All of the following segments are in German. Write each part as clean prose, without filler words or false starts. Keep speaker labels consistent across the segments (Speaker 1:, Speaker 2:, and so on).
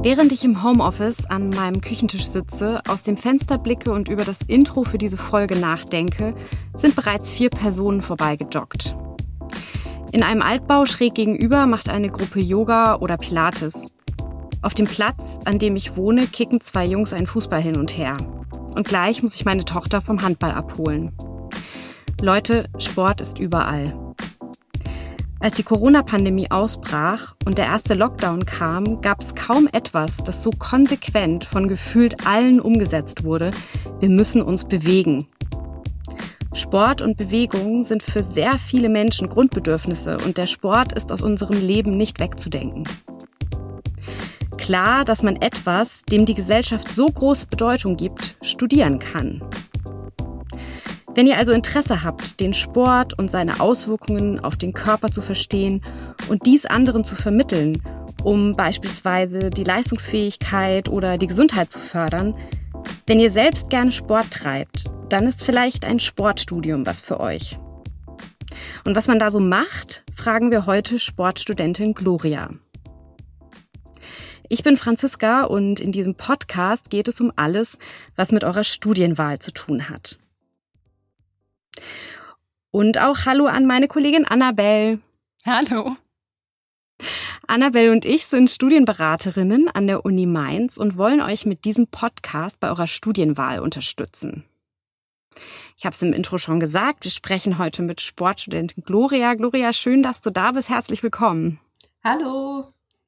Speaker 1: Während ich im Homeoffice an meinem Küchentisch sitze, aus dem Fenster blicke und über das Intro für diese Folge nachdenke, sind bereits 4 Personen vorbeigejoggt. In einem Altbau schräg gegenüber macht eine Gruppe Yoga oder Pilates. Auf dem Platz, an dem ich wohne, kicken 2 Jungs einen Fußball hin und her. Und gleich muss ich meine Tochter vom Handball abholen. Leute, Sport ist überall. Als die Corona-Pandemie ausbrach und der erste Lockdown kam, gab es kaum etwas, das so konsequent von gefühlt allen umgesetzt wurde. Wir müssen uns bewegen. Sport und Bewegung sind für sehr viele Menschen Grundbedürfnisse und der Sport ist aus unserem Leben nicht wegzudenken. Klar, dass man etwas, dem die Gesellschaft so große Bedeutung gibt, studieren kann. Wenn ihr also Interesse habt, den Sport und seine Auswirkungen auf den Körper zu verstehen und dies anderen zu vermitteln, um beispielsweise die Leistungsfähigkeit oder die Gesundheit zu fördern, wenn ihr selbst gerne Sport treibt, dann ist vielleicht ein Sportstudium was für euch. Und was man da so macht, fragen wir heute Sportstudentin Gloria. Ich bin Franziska und in diesem Podcast geht es um alles, was mit eurer Studienwahl zu tun hat. Und auch Hallo an meine Kollegin Annabelle.
Speaker 2: Hallo.
Speaker 1: Annabelle und ich sind Studienberaterinnen an der Uni Mainz und wollen euch mit diesem Podcast bei eurer Studienwahl unterstützen. Ich habe es im Intro schon gesagt, wir sprechen heute mit Sportstudentin Gloria. Gloria, schön, dass du da bist. Herzlich willkommen.
Speaker 2: Hallo.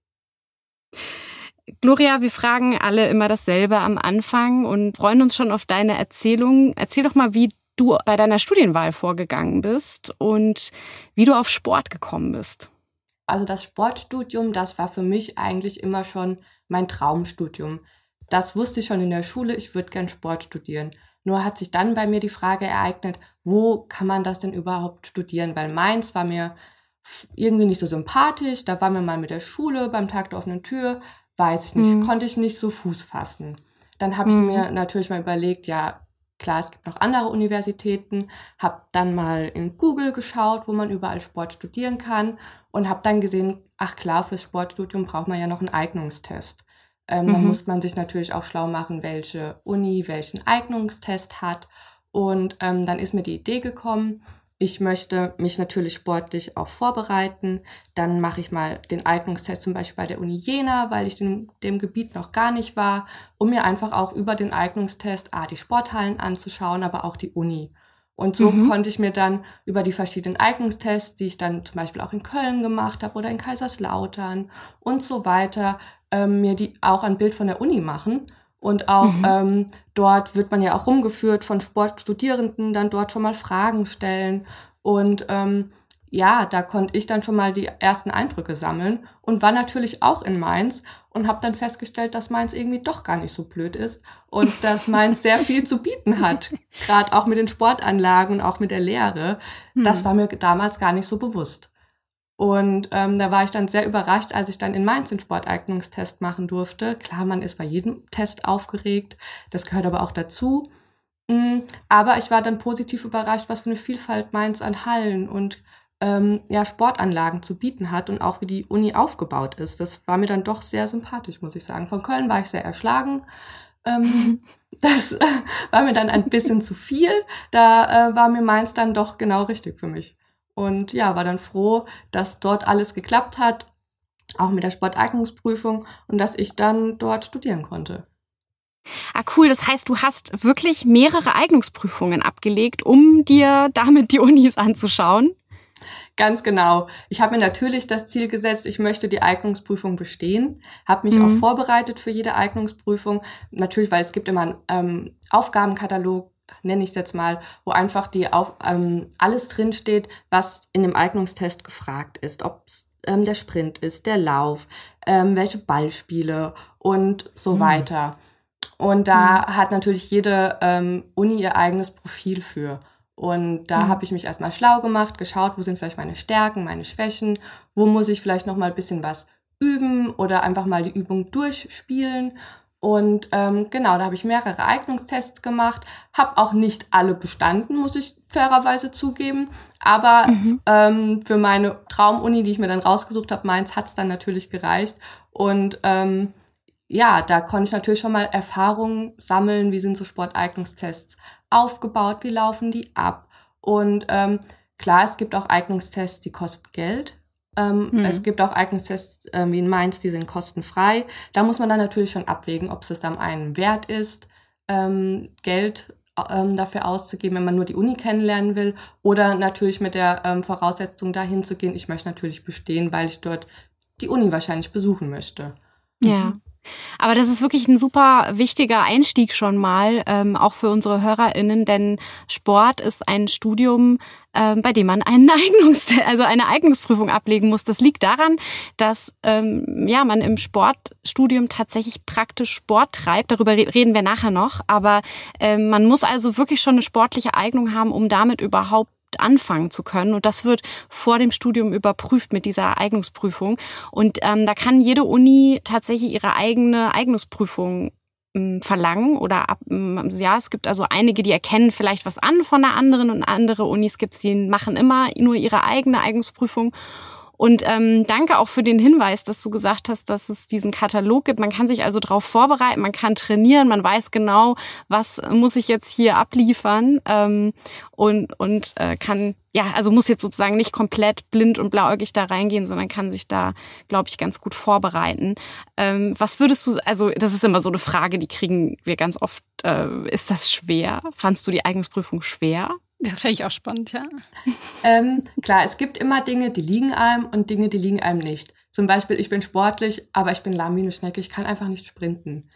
Speaker 1: Gloria, wir fragen alle immer dasselbe am Anfang und freuen uns schon auf deine Erzählung. Erzähl doch mal, wie du bei deiner Studienwahl vorgegangen bist und wie du auf Sport gekommen bist.
Speaker 2: Also das Sportstudium, das war für mich eigentlich immer schon mein Traumstudium. Das wusste ich schon in der Schule, ich würde gern Sport studieren. Nur hat sich dann bei mir die Frage ereignet, wo kann man das denn überhaupt studieren? Weil Mainz war mir irgendwie nicht so sympathisch, da war mir mal mit der Schule beim Tag der offenen Tür, weiß ich nicht, konnte ich nicht so Fuß fassen. Dann habe ich mir natürlich mal überlegt, ja, klar, es gibt noch andere Universitäten, habe dann mal in Google geschaut, wo man überall Sport studieren kann und habe dann gesehen, ach klar, fürs Sportstudium braucht man ja noch einen Eignungstest. Dann muss man sich natürlich auch schlau machen, welche Uni welchen Eignungstest hat. Und dann ist mir die Idee gekommen, ich möchte mich natürlich sportlich auch vorbereiten. Dann mache ich mal den Eignungstest zum Beispiel bei der Uni Jena, weil ich in dem Gebiet noch gar nicht war, um mir einfach auch über den Eignungstest die Sporthallen anzuschauen, aber auch die Uni. Und so konnte ich mir dann über die verschiedenen Eignungstests, die ich dann zum Beispiel auch in Köln gemacht habe oder in Kaiserslautern und so weiter, mir die auch ein Bild von der Uni machen. Und auch dort wird man ja auch rumgeführt von Sportstudierenden, dann dort schon mal Fragen stellen. Und da konnte ich dann schon mal die ersten Eindrücke sammeln und war natürlich auch in Mainz und habe dann festgestellt, dass Mainz irgendwie doch gar nicht so blöd ist und dass Mainz sehr viel zu bieten hat, gerade auch mit den Sportanlagen und auch mit der Lehre. Das war mir damals gar nicht so bewusst. Und da war ich dann sehr überrascht, als ich dann in Mainz den Sporteignungstest machen durfte. Klar, man ist bei jedem Test aufgeregt, das gehört aber auch dazu. Aber ich war dann positiv überrascht, was für eine Vielfalt Mainz an Hallen und Sportanlagen zu bieten hat und auch wie die Uni aufgebaut ist. Das war mir dann doch sehr sympathisch, muss ich sagen. Von Köln war ich sehr erschlagen. Das war mir dann ein bisschen zu viel. Da war mir Mainz dann doch genau richtig für mich. Und ja, war dann froh, dass dort alles geklappt hat, auch mit der Sporteignungsprüfung und dass ich dann dort studieren konnte.
Speaker 1: Ah, cool. Das heißt, du hast wirklich mehrere Eignungsprüfungen abgelegt, um dir damit die Unis anzuschauen?
Speaker 2: Ganz genau. Ich habe mir natürlich das Ziel gesetzt, ich möchte die Eignungsprüfung bestehen, habe mich auch vorbereitet für jede Eignungsprüfung. Natürlich, weil es gibt immer einen Aufgabenkatalog, nenne ich es jetzt mal, wo einfach alles drinsteht, was in dem Eignungstest gefragt ist. Ob es der Sprint ist, der Lauf, welche Ballspiele und so weiter. Und da hat natürlich jede Uni ihr eigenes Profil für. Und da habe ich mich erstmal schlau gemacht, geschaut, wo sind vielleicht meine Stärken, meine Schwächen, wo muss ich vielleicht noch mal ein bisschen was üben oder einfach mal die Übung durchspielen. Und da habe ich mehrere Eignungstests gemacht, habe auch nicht alle bestanden, muss ich fairerweise zugeben, aber für meine Traumuni, die ich mir dann rausgesucht habe, Mainz, hat's dann natürlich gereicht. Und ja, da konnte ich natürlich schon mal Erfahrungen sammeln, wie sind so Sporteignungstests aufgebaut, wie laufen die ab. Und klar, es gibt auch Eignungstests, die kosten Geld. Es gibt auch Eignungstests wie in Mainz, die sind kostenfrei. Da muss man dann natürlich schon abwägen, ob es es dann einen wert ist, Geld dafür auszugeben, wenn man nur die Uni kennenlernen will. Oder natürlich mit der Voraussetzung dahin zu gehen, ich möchte natürlich bestehen, weil ich dort die Uni wahrscheinlich besuchen möchte.
Speaker 1: Ja. Aber das ist wirklich ein super wichtiger Einstieg schon mal, auch für unsere HörerInnen, denn Sport ist ein Studium, bei dem man eine Eignungsprüfung ablegen muss. Das liegt daran, dass man im Sportstudium tatsächlich praktisch Sport treibt. Darüber reden wir nachher noch. Aber man muss also wirklich schon eine sportliche Eignung haben, um damit überhaupt anfangen zu können. Und das wird vor dem Studium überprüft mit dieser Eignungsprüfung. Und da kann jede Uni tatsächlich ihre eigene Eignungsprüfung verlangen es gibt also einige, die erkennen vielleicht was an von der anderen und andere Unis die machen immer nur ihre eigene Eignungsprüfung. Und danke auch für den Hinweis, dass du gesagt hast, dass es diesen Katalog gibt. Man kann sich also darauf vorbereiten, man kann trainieren, man weiß genau, was muss ich jetzt hier abliefern muss jetzt sozusagen nicht komplett blind und blauäugig da reingehen, sondern kann sich da, glaube ich, ganz gut vorbereiten. Was würdest du, also das ist immer so eine Frage, die kriegen wir ganz oft, ist das schwer? Fandst du die Eignungsprüfung schwer?
Speaker 3: Das fände ich auch spannend, ja.
Speaker 2: Klar, es gibt immer Dinge, die liegen einem und Dinge, die liegen einem nicht. Zum Beispiel, ich bin sportlich, aber ich bin lahm wie eine Schnecke. Ich kann einfach nicht sprinten.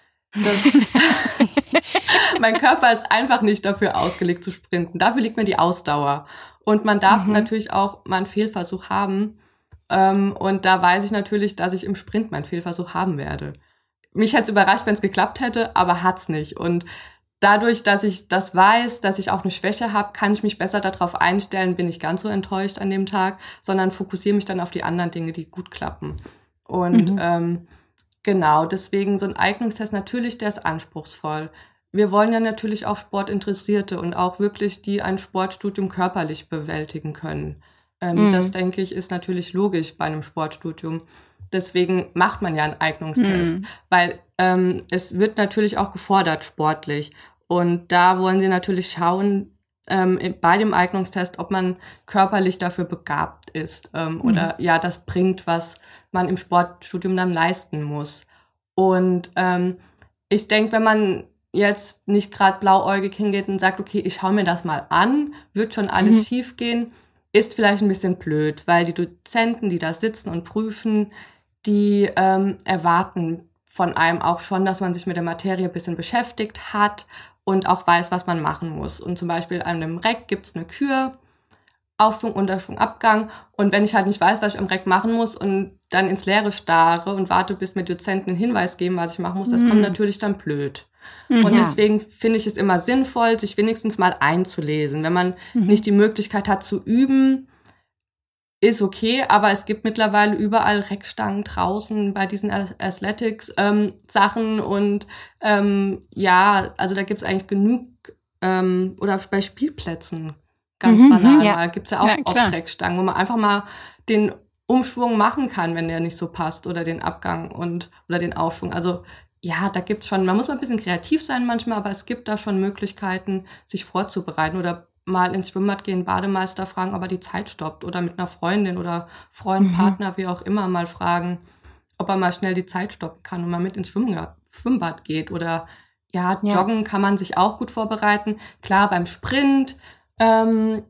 Speaker 2: Mein Körper ist einfach nicht dafür ausgelegt zu sprinten. Dafür liegt mir die Ausdauer. Und man darf natürlich auch mal einen Fehlversuch haben. Und da weiß ich natürlich, dass ich im Sprint meinen Fehlversuch haben werde. Mich hätte es überrascht, wenn es geklappt hätte, aber hat's nicht. Und dadurch, dass ich das weiß, dass ich auch eine Schwäche habe, kann ich mich besser darauf einstellen, bin ich ganz so enttäuscht an dem Tag, sondern fokussiere mich dann auf die anderen Dinge, die gut klappen. Und genau, deswegen so ein Eignungstest, natürlich, der ist anspruchsvoll. Wir wollen ja natürlich auch Sportinteressierte und auch wirklich, die ein Sportstudium körperlich bewältigen können. Das, denke ich, ist natürlich logisch bei einem Sportstudium. Deswegen macht man ja einen Eignungstest, weil es wird natürlich auch gefordert sportlich. Und da wollen sie natürlich schauen, bei dem Eignungstest, ob man körperlich dafür begabt ist oder ja, das bringt, was man im Sportstudium dann leisten muss. Und ich denke, wenn man jetzt nicht gerade blauäugig hingeht und sagt, okay, ich schaue mir das mal an, wird schon alles schief gehen, ist vielleicht ein bisschen blöd, weil die Dozenten, die da sitzen und prüfen, die erwarten von einem auch schon, dass man sich mit der Materie ein bisschen beschäftigt hat und auch weiß, was man machen muss. Und zum Beispiel an einem Reck gibt's eine Kür, Aufschwung, Unterschwung, Abgang. Und wenn ich halt nicht weiß, was ich am Reck machen muss und dann ins Leere starre und warte, bis mir Dozenten einen Hinweis geben, was ich machen muss, das kommt natürlich dann blöd. Und deswegen finde ich es immer sinnvoll, sich wenigstens mal einzulesen. Wenn man nicht die Möglichkeit hat zu üben, ist okay, aber es gibt mittlerweile überall Reckstangen draußen bei diesen Athletics-Sachen und also da gibt's eigentlich genug oder bei Spielplätzen ganz banal. Da gibt's ja auch oft Reckstangen, wo man einfach mal den Umschwung machen kann, wenn der nicht so passt oder den Abgang oder den Aufschwung. Also ja, da gibt's schon, man muss mal ein bisschen kreativ sein manchmal, aber es gibt da schon Möglichkeiten, sich vorzubereiten oder mal ins Schwimmbad gehen, Bademeister fragen, ob er die Zeit stoppt oder mit einer Freundin oder Freund, Partner, wie auch immer, mal fragen, ob er mal schnell die Zeit stoppen kann und mal mit ins Schwimmbad geht oder joggen kann man sich auch gut vorbereiten. Klar, beim Sprint, kann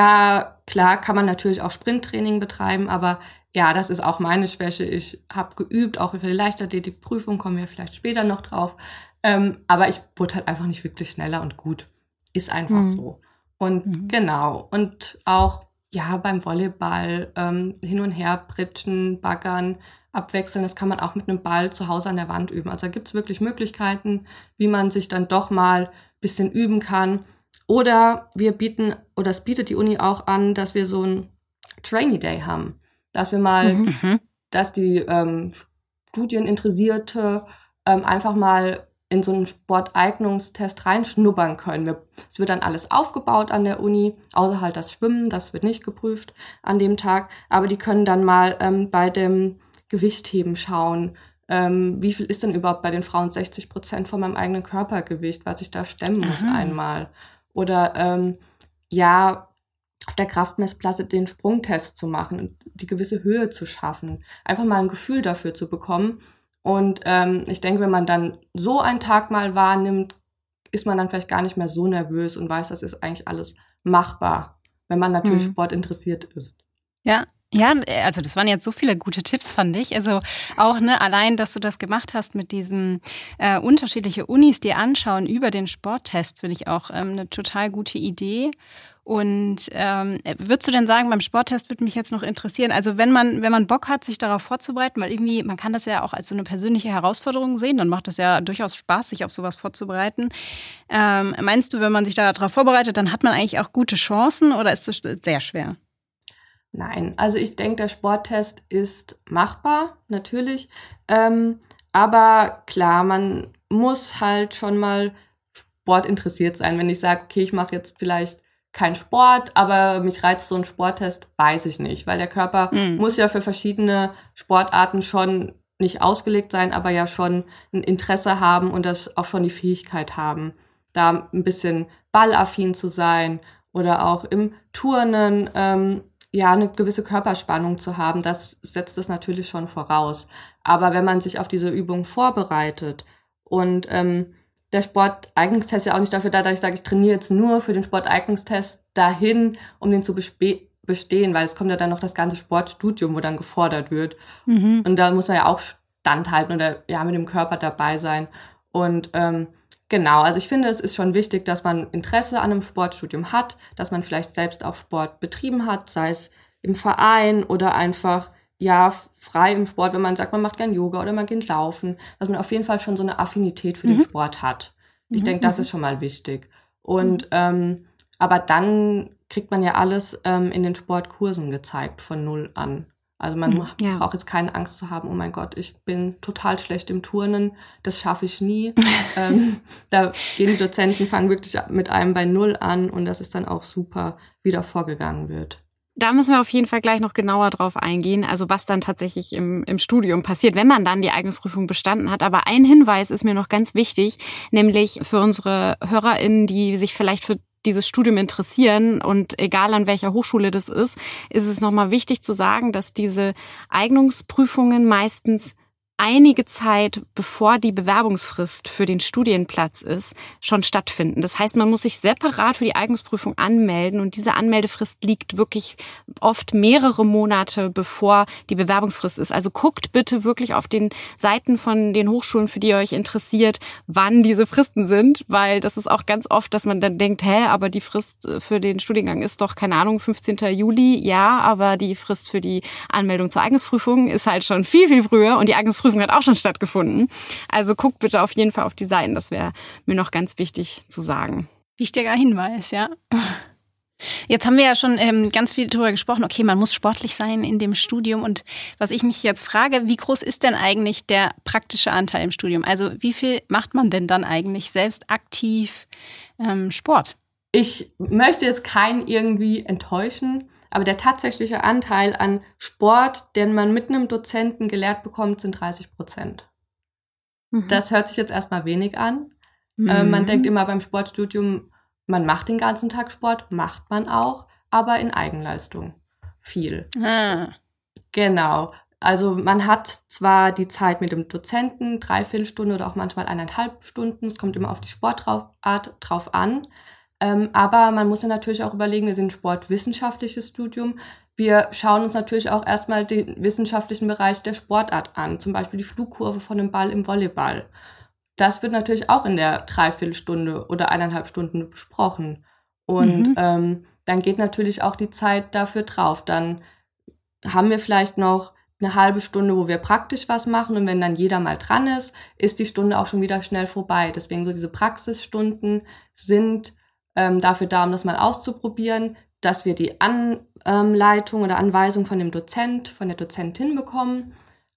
Speaker 2: man natürlich auch Sprinttraining betreiben, aber ja, das ist auch meine Schwäche. Ich habe geübt, auch für die Leichtathletikprüfung, kommen wir vielleicht später noch drauf, aber ich wurde halt einfach nicht wirklich schneller und gut. Ist einfach so. Und genau, und auch beim Volleyball hin und her pritschen, baggern, abwechseln, das kann man auch mit einem Ball zu Hause an der Wand üben. Also da gibt's wirklich Möglichkeiten, wie man sich dann doch mal ein bisschen üben kann. Oder es bietet die Uni auch an, dass wir so ein Trainee Day haben. Dass wir mal, dass die Studieninteressierte einfach mal in so einen Sporteignungstest reinschnuppern können. Es wird dann alles aufgebaut an der Uni, außer halt das Schwimmen, das wird nicht geprüft an dem Tag, aber die können dann mal bei dem Gewichtheben schauen, wie viel ist denn überhaupt bei den Frauen 60% von meinem eigenen Körpergewicht, was ich da stemmen muss einmal. Oder auf der Kraftmessplatte den Sprungtest zu machen und die gewisse Höhe zu schaffen. Einfach mal ein Gefühl dafür zu bekommen. Und ich denke, wenn man dann so einen Tag mal wahrnimmt, ist man dann vielleicht gar nicht mehr so nervös und weiß, das ist eigentlich alles machbar, wenn man natürlich Sport interessiert ist.
Speaker 3: Ja, also das waren jetzt so viele gute Tipps, fand ich. Also auch allein, dass du das gemacht hast mit diesen unterschiedliche Unis dir anschauen über den Sporttest, finde ich auch eine total gute Idee. Und würdest du denn sagen, beim Sporttest würde mich jetzt noch interessieren, also wenn man Bock hat, sich darauf vorzubereiten, weil irgendwie, man kann das ja auch als so eine persönliche Herausforderung sehen, dann macht das ja durchaus Spaß, sich auf sowas vorzubereiten. Meinst du, wenn man sich darauf vorbereitet, dann hat man eigentlich auch gute Chancen oder ist das sehr schwer?
Speaker 2: Nein, also ich denke, der Sporttest ist machbar, natürlich. Aber klar, man muss halt schon mal sportinteressiert sein. Wenn ich sage, okay, ich mache jetzt vielleicht keinen Sport, aber mich reizt so ein Sporttest, weiß ich nicht. Weil der Körper muss ja für verschiedene Sportarten schon nicht ausgelegt sein, aber ja schon ein Interesse haben und das auch schon die Fähigkeit haben, da ein bisschen ballaffin zu sein oder auch im Turnen eine gewisse Körperspannung zu haben, das setzt es natürlich schon voraus. Aber wenn man sich auf diese Übung vorbereitet und der Sporteignungstest ist ja auch nicht dafür da, dass ich sage, ich trainiere jetzt nur für den Sporteignungstest dahin, um den zu bestehen, weil es kommt ja dann noch das ganze Sportstudium, wo dann gefordert wird. Und da muss man ja auch standhalten oder mit dem Körper dabei sein. Und genau, also ich finde, es ist schon wichtig, dass man Interesse an einem Sportstudium hat, dass man vielleicht selbst auch Sport betrieben hat, sei es im Verein oder einfach frei im Sport, wenn man sagt, man macht gern Yoga oder man geht laufen, dass man auf jeden Fall schon so eine Affinität für den Sport hat. Ich denke, das ist schon mal wichtig. Und aber dann kriegt man ja alles in den Sportkursen gezeigt von 0 an. Also man braucht jetzt keine Angst zu haben, oh mein Gott, ich bin total schlecht im Turnen, das schaffe ich nie. Da gehen die Dozenten, fangen wirklich mit einem bei 0 an und das ist dann auch super, wie da vorgegangen wird.
Speaker 1: Da müssen wir auf jeden Fall gleich noch genauer drauf eingehen, also was dann tatsächlich im Studium passiert, wenn man dann die Eignungsprüfung bestanden hat. Aber ein Hinweis ist mir noch ganz wichtig, nämlich für unsere HörerInnen, die sich vielleicht für dieses Studium interessieren und egal an welcher Hochschule das ist es nochmal wichtig zu sagen, dass diese Eignungsprüfungen meistens einige Zeit, bevor die Bewerbungsfrist für den Studienplatz ist, schon stattfinden. Das heißt, man muss sich separat für die Eignungsprüfung anmelden und diese Anmeldefrist liegt wirklich oft mehrere Monate, bevor die Bewerbungsfrist ist. Also guckt bitte wirklich auf den Seiten von den Hochschulen, für die ihr euch interessiert, wann diese Fristen sind, weil das ist auch ganz oft, dass man dann denkt, aber die Frist für den Studiengang ist doch, keine Ahnung, 15. Juli, ja, aber die Frist für die Anmeldung zur Eignungsprüfung ist halt schon viel, viel früher und die Eignungsprüfung hat auch schon stattgefunden. Also guckt bitte auf jeden Fall auf die Seiten. Das wäre mir noch ganz wichtig zu sagen.
Speaker 3: Wichtiger Hinweis, ja. Jetzt haben wir ja schon ganz viel darüber gesprochen, okay, man muss sportlich sein in dem Studium. Und was ich mich jetzt frage, wie groß ist denn eigentlich der praktische Anteil im Studium? Also wie viel macht man denn dann eigentlich selbst aktiv Sport?
Speaker 2: Ich möchte jetzt keinen irgendwie enttäuschen, aber der tatsächliche Anteil an Sport, den man mit einem Dozenten gelehrt bekommt, sind 30%. Das hört sich jetzt erstmal wenig an. Man denkt immer beim Sportstudium, man macht den ganzen Tag Sport, macht man auch, aber in Eigenleistung viel. Genau. Also man hat zwar die Zeit mit dem Dozenten, 3/4 Stunde oder auch manchmal 1,5 Stunden, es kommt immer auf die Sportart drauf an. Aber man muss ja natürlich auch überlegen, wir sind ein sportwissenschaftliches Studium. Wir schauen uns natürlich auch erstmal den wissenschaftlichen Bereich der Sportart an, zum Beispiel die Flugkurve von einem Ball im Volleyball. Das wird natürlich auch in der 3/4 Stunde oder 1,5 Stunden besprochen. Und dann geht natürlich auch die Zeit dafür drauf. Dann haben wir vielleicht noch eine halbe Stunde, wo wir praktisch was machen und wenn dann jeder mal dran ist, ist die Stunde auch schon wieder schnell vorbei. Deswegen so diese Praxisstunden sind dafür da, um das mal auszuprobieren, dass wir die Anleitung oder Anweisung von dem Dozent, von der Dozentin bekommen,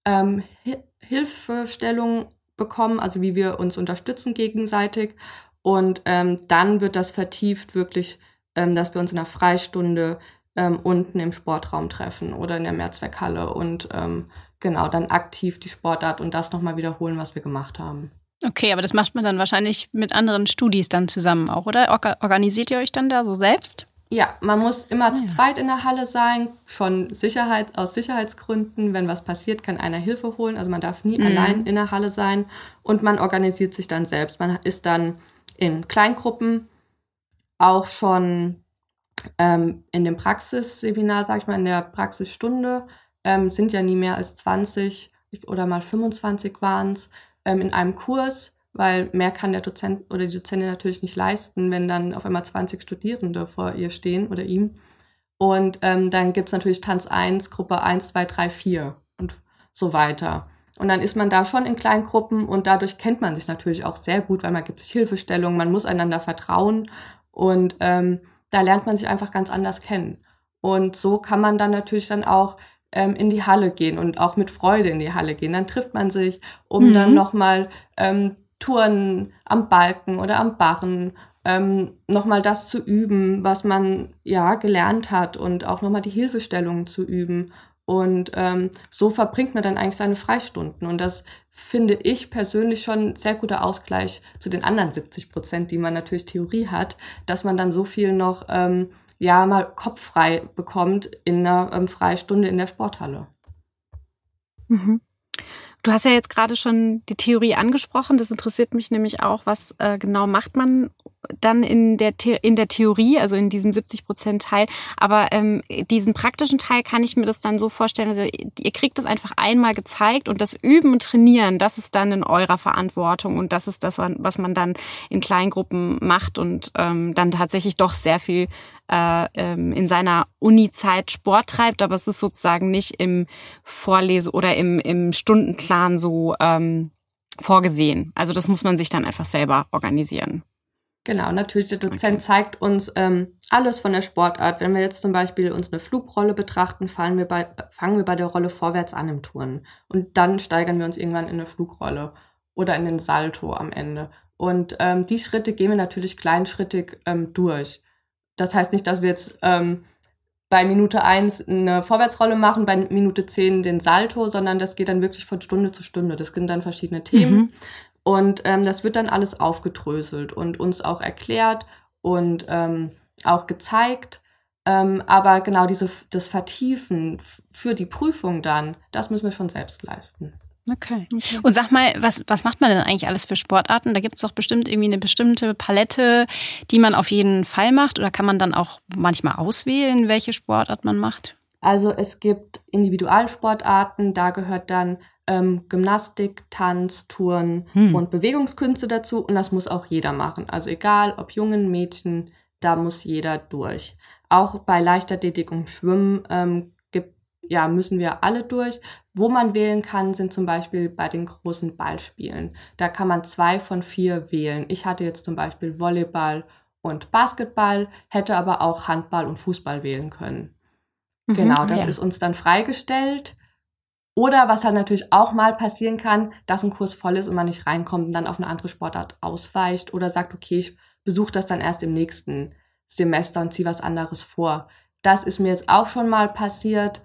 Speaker 2: Hilfestellung bekommen, also wie wir uns unterstützen gegenseitig und dann wird das vertieft wirklich, dass wir uns in einer Freistunde unten im Sportraum treffen oder in der Mehrzweckhalle und genau, dann aktiv die Sportart und das nochmal wiederholen, was wir gemacht haben.
Speaker 3: Okay, aber das macht man dann wahrscheinlich mit anderen Studis dann zusammen auch, oder? Organisiert ihr euch dann da so selbst?
Speaker 2: Ja, man muss immer zu zweit in der Halle sein, aus Sicherheitsgründen. Wenn was passiert, kann einer Hilfe holen. Also man darf nie allein in der Halle sein. Und man organisiert sich dann selbst. Man ist dann in Kleingruppen, auch schon in dem Praxisseminar, sag ich mal, in der Praxisstunde, sind ja nie mehr als 20 oder mal 25 waren es, in einem Kurs, weil mehr kann der Dozent oder die Dozentin natürlich nicht leisten, wenn dann auf einmal 20 Studierende vor ihr stehen oder ihm. Und dann gibt's natürlich Tanz 1, Gruppe 1, 2, 3, 4 und so weiter. Und dann ist man da schon in Kleingruppen und dadurch kennt man sich natürlich auch sehr gut, weil man gibt sich Hilfestellung, man muss einander vertrauen und da lernt man sich einfach ganz anders kennen. Und so kann man dann natürlich dann auch in die Halle gehen und auch mit Freude in die Halle gehen. Dann trifft man sich, um dann nochmal Touren am Balken oder am Barren, nochmal das zu üben, was man ja gelernt hat und auch nochmal die Hilfestellungen zu üben. Und so verbringt man dann eigentlich seine Freistunden. Und das finde ich persönlich schon ein sehr guter Ausgleich zu den anderen 70%, die man natürlich Theorie hat, dass man dann so viel noch mal kopffrei bekommt in einer Freistunde in der Sporthalle.
Speaker 1: Mhm. Du hast ja jetzt gerade schon die Theorie angesprochen. Das interessiert mich nämlich auch. Was genau macht man dann in der Theorie, also in diesem 70% Teil? Aber diesen praktischen Teil kann ich mir das dann so vorstellen. Also ihr kriegt das einfach einmal gezeigt und das Üben und Trainieren, das ist dann in eurer Verantwortung und das ist das, was man dann in Kleingruppen macht und dann tatsächlich doch sehr viel in seiner Uni-Zeit Sport treibt, aber es ist sozusagen nicht im oder im Stundenplan so vorgesehen. Also das muss man sich dann einfach selber organisieren.
Speaker 2: Genau, natürlich, der Dozent zeigt uns alles von der Sportart. Wenn wir jetzt zum Beispiel uns eine Flugrolle betrachten, fangen wir bei der Rolle vorwärts an im Turnen. Und dann steigern wir uns irgendwann in eine Flugrolle oder in den Salto am Ende. Und die Schritte gehen wir natürlich kleinschrittig durch. Das heißt nicht, dass wir jetzt bei Minute 1 eine Vorwärtsrolle machen, bei Minute 10 den Salto, sondern das geht dann wirklich von Stunde zu Stunde. Das sind dann verschiedene Themen. Und das wird dann alles aufgedröselt und uns auch erklärt und auch gezeigt. Aber genau das Vertiefen für die Prüfung dann, das müssen wir schon selbst leisten.
Speaker 3: Okay. Und sag mal, was macht man denn eigentlich alles für Sportarten? Da gibt es doch bestimmt irgendwie eine bestimmte Palette, die man auf jeden Fall macht. Oder kann man dann auch manchmal auswählen, welche Sportart man macht?
Speaker 2: Also es gibt Individualsportarten, da gehört dann Gymnastik, Tanz, Turnen und Bewegungskünste dazu. Und das muss auch jeder machen. Also egal, ob Jungen, Mädchen, da muss jeder durch. Auch bei Leichtathletik und Schwimmen müssen wir alle durch. Wo man wählen kann, sind zum Beispiel bei den großen Ballspielen. Da kann man 2 von 4 wählen. Ich hatte jetzt zum Beispiel Volleyball und Basketball, hätte aber auch Handball und Fußball wählen können. Genau, das ist uns dann freigestellt. Oder was halt natürlich auch mal passieren kann, dass ein Kurs voll ist und man nicht reinkommt und dann auf eine andere Sportart ausweicht oder sagt, okay, ich besuche das dann erst im nächsten Semester und ziehe was anderes vor. Das ist mir jetzt auch schon mal passiert,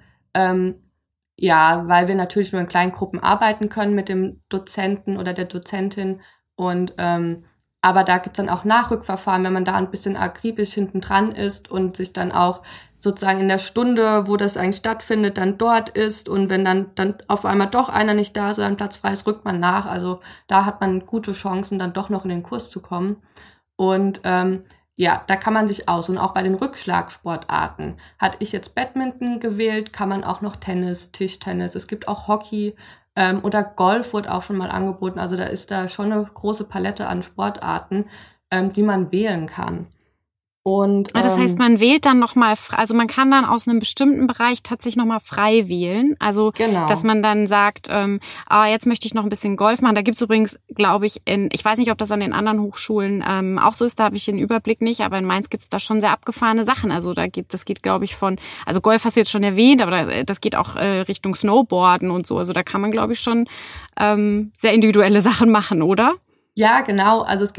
Speaker 2: weil wir natürlich nur in kleinen Gruppen arbeiten können mit dem Dozenten oder der Dozentin und aber da gibt's dann auch Nachrückverfahren, wenn man da ein bisschen akribisch hinten dran ist und sich dann auch sozusagen in der Stunde, wo das eigentlich stattfindet, dann dort ist und wenn dann auf einmal doch einer nicht da ist oder ein Platz frei ist, rückt man nach. Also da hat man gute Chancen, dann doch noch in den Kurs zu kommen. Und da kann man sich aus. Und auch bei den Rückschlagsportarten hatte ich jetzt Badminton gewählt, kann man auch noch Tennis, Tischtennis, es gibt auch Hockey oder Golf wurde auch schon mal angeboten. Also da ist da schon eine große Palette an Sportarten, die man wählen kann. Und
Speaker 1: das heißt, man wählt dann nochmal, also man kann dann aus einem bestimmten Bereich tatsächlich nochmal frei wählen. Also, dass man dann sagt, jetzt möchte ich noch ein bisschen Golf machen. Da gibt's übrigens, glaube ich, ich weiß nicht, ob das an den anderen Hochschulen auch so ist, da habe ich den Überblick nicht, aber in Mainz gibt's da schon sehr abgefahrene Sachen. Also das geht, glaube ich, also Golf hast du jetzt schon erwähnt, aber das geht auch Richtung Snowboarden und so. Also da kann man, glaube ich, schon sehr individuelle Sachen machen, oder?
Speaker 2: Ja, genau. Also es gibt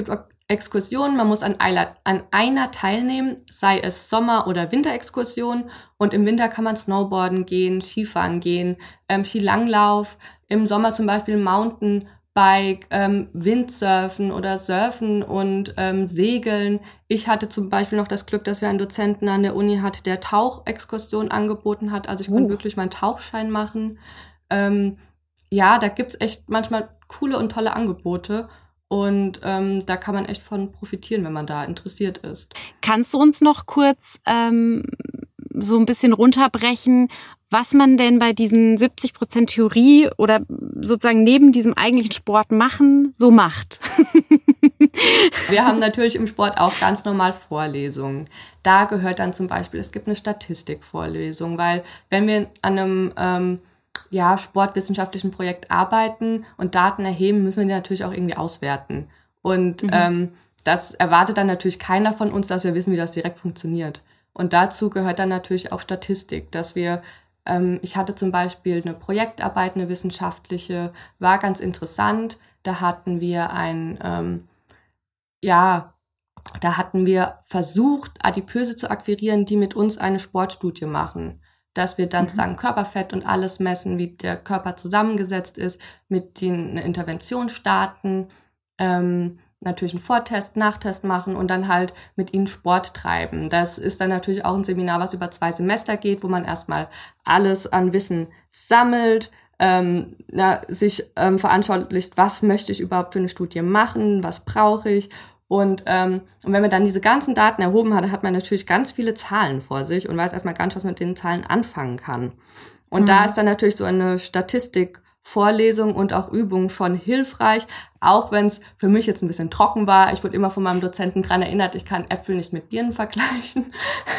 Speaker 2: Exkursionen, man muss an einer teilnehmen, sei es Sommer- oder Winterexkursion. Und im Winter kann man Snowboarden gehen, Skifahren gehen, Skilanglauf, im Sommer zum Beispiel Mountainbike, Windsurfen oder Surfen und Segeln. Ich hatte zum Beispiel noch das Glück, dass wir einen Dozenten an der Uni hatten, der Tauchexkursion angeboten hat. Also ich konnte wirklich meinen Tauchschein machen. Ja, da gibt's echt manchmal coole und tolle Angebote. Und da kann man echt von profitieren, wenn man da interessiert ist.
Speaker 1: Kannst du uns noch kurz so ein bisschen runterbrechen, was man denn bei diesen 70% Theorie oder sozusagen neben diesem eigentlichen Sport machen so macht?
Speaker 2: Wir haben natürlich im Sport auch ganz normal Vorlesungen. Da gehört dann zum Beispiel, es gibt eine Statistikvorlesung, weil wenn wir an einem sportwissenschaftlichen Projekt arbeiten und Daten erheben, müssen wir die natürlich auch irgendwie auswerten. Und das erwartet dann natürlich keiner von uns, dass wir wissen, wie das direkt funktioniert. Und dazu gehört dann natürlich auch Statistik, dass wir, ich hatte zum Beispiel eine Projektarbeit, eine wissenschaftliche, war ganz interessant. Da hatten wir da hatten wir versucht, Adipöse zu akquirieren, die mit uns eine Sportstudie machen. Dass wir dann sozusagen Körperfett und alles messen, wie der Körper zusammengesetzt ist, mit den eine Intervention starten, natürlich einen Vortest, Nachtest machen und dann halt mit ihnen Sport treiben. Das ist dann natürlich auch ein Seminar, was über 2 Semester geht, wo man erstmal alles an Wissen sammelt, sich veranschaulicht, was möchte ich überhaupt für eine Studie machen, was brauche ich. Und wenn man dann diese ganzen Daten erhoben hat, hat man natürlich ganz viele Zahlen vor sich und weiß erstmal gar nicht, was man mit den Zahlen anfangen kann. Und da ist dann natürlich so eine Statistikvorlesung und auch Übung schon hilfreich, auch wenn es für mich jetzt ein bisschen trocken war. Ich wurde immer von meinem Dozenten dran erinnert, ich kann Äpfel nicht mit Birnen vergleichen.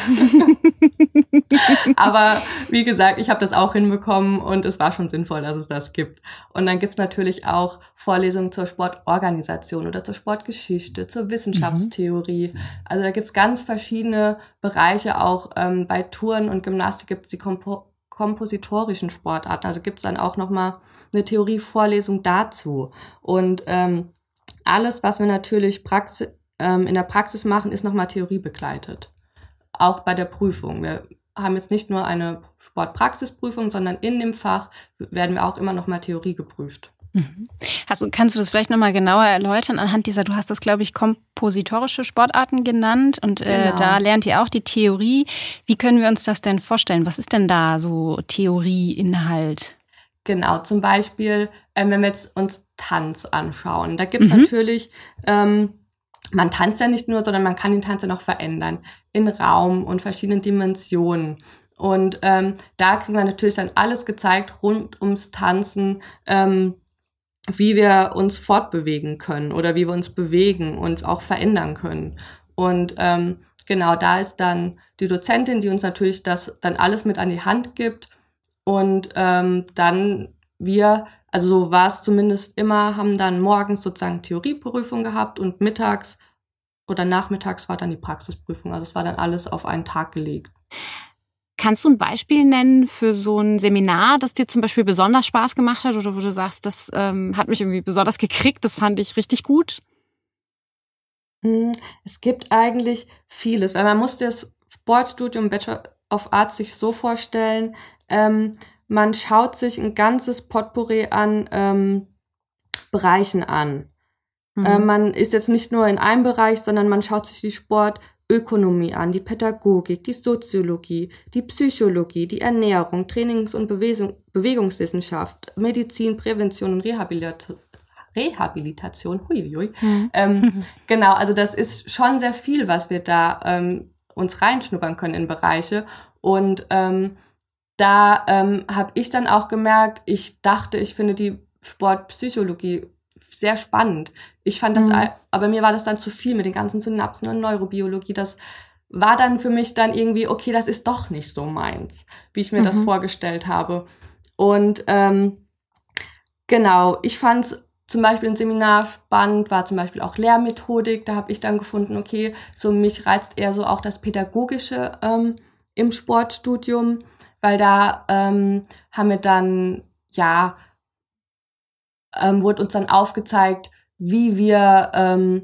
Speaker 2: Aber wie gesagt, ich habe das auch hinbekommen und es war schon sinnvoll, dass es das gibt. Und dann gibt's natürlich auch Vorlesungen zur Sportorganisation oder zur Sportgeschichte, zur Wissenschaftstheorie. Also da gibt's ganz verschiedene Bereiche. Auch bei Touren und Gymnastik gibt's die kompositorischen Sportarten. Also gibt's dann auch nochmal eine Theorievorlesung dazu. Und alles, was wir natürlich in der Praxis machen, ist nochmal theoriebegleitet. Auch bei der Prüfung. Wir haben jetzt nicht nur eine Sportpraxisprüfung, sondern in dem Fach werden wir auch immer nochmal Theorie geprüft.
Speaker 3: Kannst du das vielleicht nochmal genauer erläutern anhand dieser, du hast das, glaube ich, kompositorische Sportarten genannt und
Speaker 2: Genau.
Speaker 3: Da lernt ihr auch die Theorie. Wie können wir uns das denn vorstellen? Was ist denn da so Theorieinhalt?
Speaker 2: Genau, zum Beispiel, wenn wir jetzt uns Tanz anschauen, da gibt es natürlich, man tanzt ja nicht nur, sondern man kann den Tanz ja noch verändern in Raum und verschiedenen Dimensionen. Und da kriegen wir natürlich dann alles gezeigt rund ums Tanzen, wie wir uns fortbewegen können oder wie wir uns bewegen und auch verändern können. Und genau, da ist dann die Dozentin, die uns natürlich das dann alles mit an die Hand gibt. Und dann also so war es zumindest immer, haben dann morgens sozusagen Theorieprüfung gehabt und mittags oder nachmittags war dann die Praxisprüfung. Also es war dann alles auf einen Tag gelegt.
Speaker 1: Kannst du ein Beispiel nennen für so ein Seminar, das dir zum Beispiel besonders Spaß gemacht hat oder wo du sagst, das hat mich irgendwie besonders gekriegt, das fand ich richtig gut?
Speaker 2: Es gibt eigentlich vieles, weil man muss das Sportstudium Bachelor of Arts sich so vorstellen, man schaut sich ein ganzes Potpourri an Bereichen an. Man ist jetzt nicht nur in einem Bereich, sondern man schaut sich die Sportökonomie an, die Pädagogik, die Soziologie, die Psychologie, die Ernährung, Trainings- und Bewegungswissenschaft, Medizin, Prävention und Rehabilitation. Huiuiui. Genau, also das ist schon sehr viel, was wir da uns reinschnuppern können in Bereiche. Und da habe ich dann auch gemerkt, ich dachte, ich finde die Sportpsychologie sehr spannend. Ich fand das, aber mir war das dann zu viel mit den ganzen Synapsen und Neurobiologie. Das war dann für mich dann irgendwie, okay, das ist doch nicht so meins, wie ich mir das vorgestellt habe. Und genau, ich fand es zum Beispiel ein Seminar spannend, war zum Beispiel auch Lehrmethodik. Da habe ich dann gefunden, okay, so mich reizt eher so auch das Pädagogische im Sportstudium, weil da haben wir dann, wurde uns dann aufgezeigt, wie wir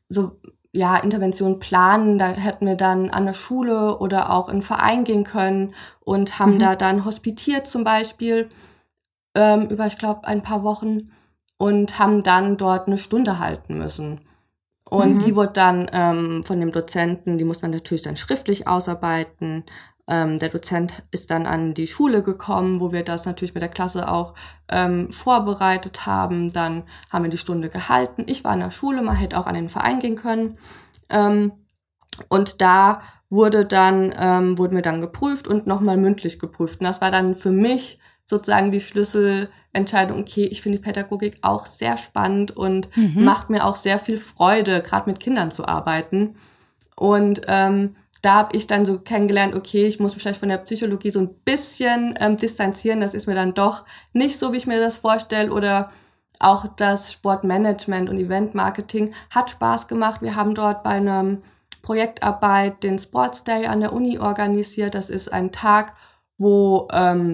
Speaker 2: Intervention planen. Da hätten wir dann an der Schule oder auch in einen Verein gehen können und haben da dann hospitiert zum Beispiel über, ich glaube, ein paar Wochen und haben dann dort eine Stunde halten müssen. Und die wurde dann von dem Dozenten, die muss man natürlich dann schriftlich ausarbeiten. Der Dozent ist dann an die Schule gekommen, wo wir das natürlich mit der Klasse auch vorbereitet haben. Dann haben wir die Stunde gehalten. Ich war in der Schule, man hätte auch an den Verein gehen können. Und da wurden wir dann geprüft und nochmal mündlich geprüft. Und das war dann für mich sozusagen die Schlüsselentscheidung, okay, ich finde die Pädagogik auch sehr spannend und macht mir auch sehr viel Freude, gerade mit Kindern zu arbeiten. Und da habe ich dann so kennengelernt, okay, ich muss mich vielleicht von der Psychologie so ein bisschen distanzieren. Das ist mir dann doch nicht so, wie ich mir das vorstelle. Oder auch das Sportmanagement und Eventmarketing hat Spaß gemacht. Wir haben dort bei einer Projektarbeit den Sports Day an der Uni organisiert. Das ist ein Tag, wo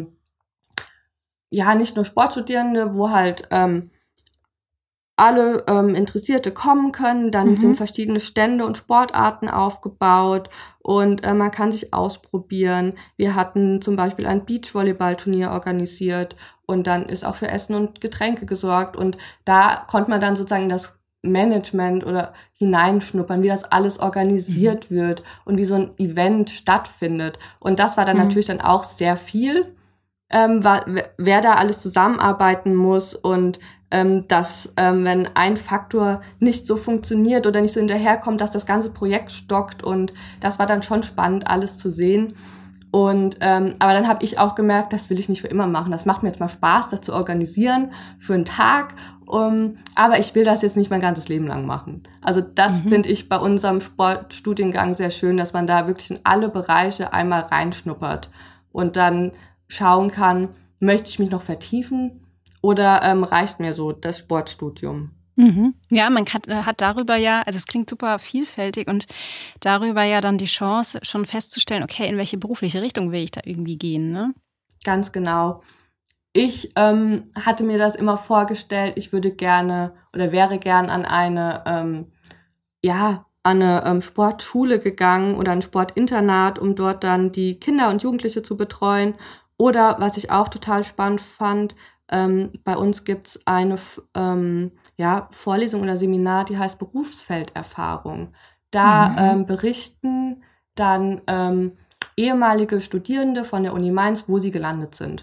Speaker 2: nicht nur Sportstudierende, wo halt alle Interessierte kommen können. Dann sind verschiedene Stände und Sportarten aufgebaut und man kann sich ausprobieren. Wir hatten zum Beispiel ein Beachvolleyball-Turnier organisiert und dann ist auch für Essen und Getränke gesorgt und da konnte man dann sozusagen das Management oder hineinschnuppern, wie das alles organisiert wird und wie so ein Event stattfindet. Und das war dann natürlich dann auch sehr viel, wer da alles zusammenarbeiten muss und dass wenn ein Faktor nicht so funktioniert oder nicht so hinterherkommt, dass das ganze Projekt stockt und das war dann schon spannend, alles zu sehen. Und aber dann habe ich auch gemerkt, das will ich nicht für immer machen. Das macht mir jetzt mal Spaß, das zu organisieren für einen Tag, aber ich will das jetzt nicht mein ganzes Leben lang machen. Also das finde ich bei unserem Sportstudiengang sehr schön, dass man da wirklich in alle Bereiche einmal reinschnuppert und dann schauen kann, möchte ich mich noch vertiefen oder reicht mir so das Sportstudium?
Speaker 3: Ja, man hat darüber ja, also es klingt super vielfältig und darüber ja dann die Chance, schon festzustellen, okay, in welche berufliche Richtung will ich da irgendwie gehen, ne?
Speaker 2: Ganz genau. Ich hatte mir das immer vorgestellt, ich würde gerne oder wäre gern an eine Sportschule gegangen oder ein Sportinternat, um dort dann die Kinder und Jugendliche zu betreuen. Oder was ich auch total spannend fand, bei uns gibt's eine Vorlesung oder Seminar, die heißt Berufsfelderfahrung. Da berichten dann ehemalige Studierende von der Uni Mainz, wo sie gelandet sind.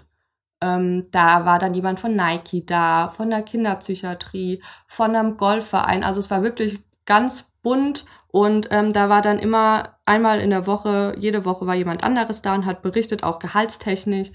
Speaker 2: Da war dann jemand von Nike da, von der Kinderpsychiatrie, von einem Golfverein. Also es war wirklich ganz bunt und da war dann immer einmal in der Woche, jede Woche war jemand anderes da und hat berichtet, auch gehaltstechnisch,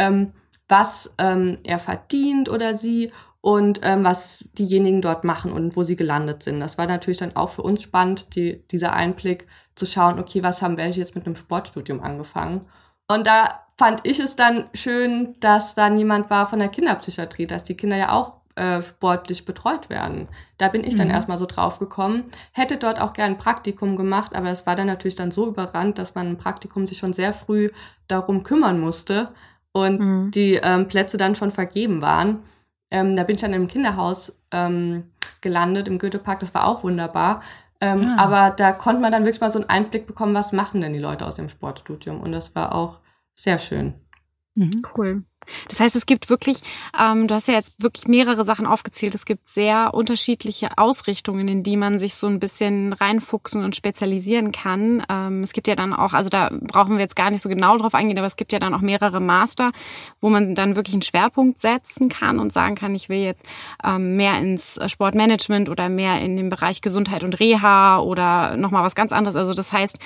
Speaker 2: was er verdient oder sie und was diejenigen dort machen und wo sie gelandet sind. Das war natürlich dann auch für uns spannend, dieser Einblick zu schauen, okay, was haben welche jetzt mit einem Sportstudium angefangen? Und da fand ich es dann schön, dass dann jemand war von der Kinderpsychiatrie, dass die Kinder ja auch sportlich betreut werden. Da bin ich dann erstmal so drauf gekommen. Hätte dort auch gern ein Praktikum gemacht, aber es war dann natürlich dann so überrannt, dass man im Praktikum sich schon sehr früh darum kümmern musste und die Plätze dann schon vergeben waren. Da bin ich dann im Kinderhaus gelandet, im Goethepark, das war auch wunderbar. Aber da konnte man dann wirklich mal so einen Einblick bekommen, was machen denn die Leute aus dem Sportstudium. Und das war auch sehr schön.
Speaker 1: Cool. Das heißt, es gibt wirklich, du hast ja jetzt wirklich mehrere Sachen aufgezählt, es gibt sehr unterschiedliche Ausrichtungen, in die man sich so ein bisschen reinfuchsen und spezialisieren kann. Es gibt ja dann auch, also da brauchen wir jetzt gar nicht so genau drauf eingehen, aber es gibt ja dann auch mehrere Master, wo man dann wirklich einen Schwerpunkt setzen kann und sagen kann, ich will jetzt mehr ins Sportmanagement oder mehr in den Bereich Gesundheit und Reha oder nochmal was ganz anderes. Also das heißt,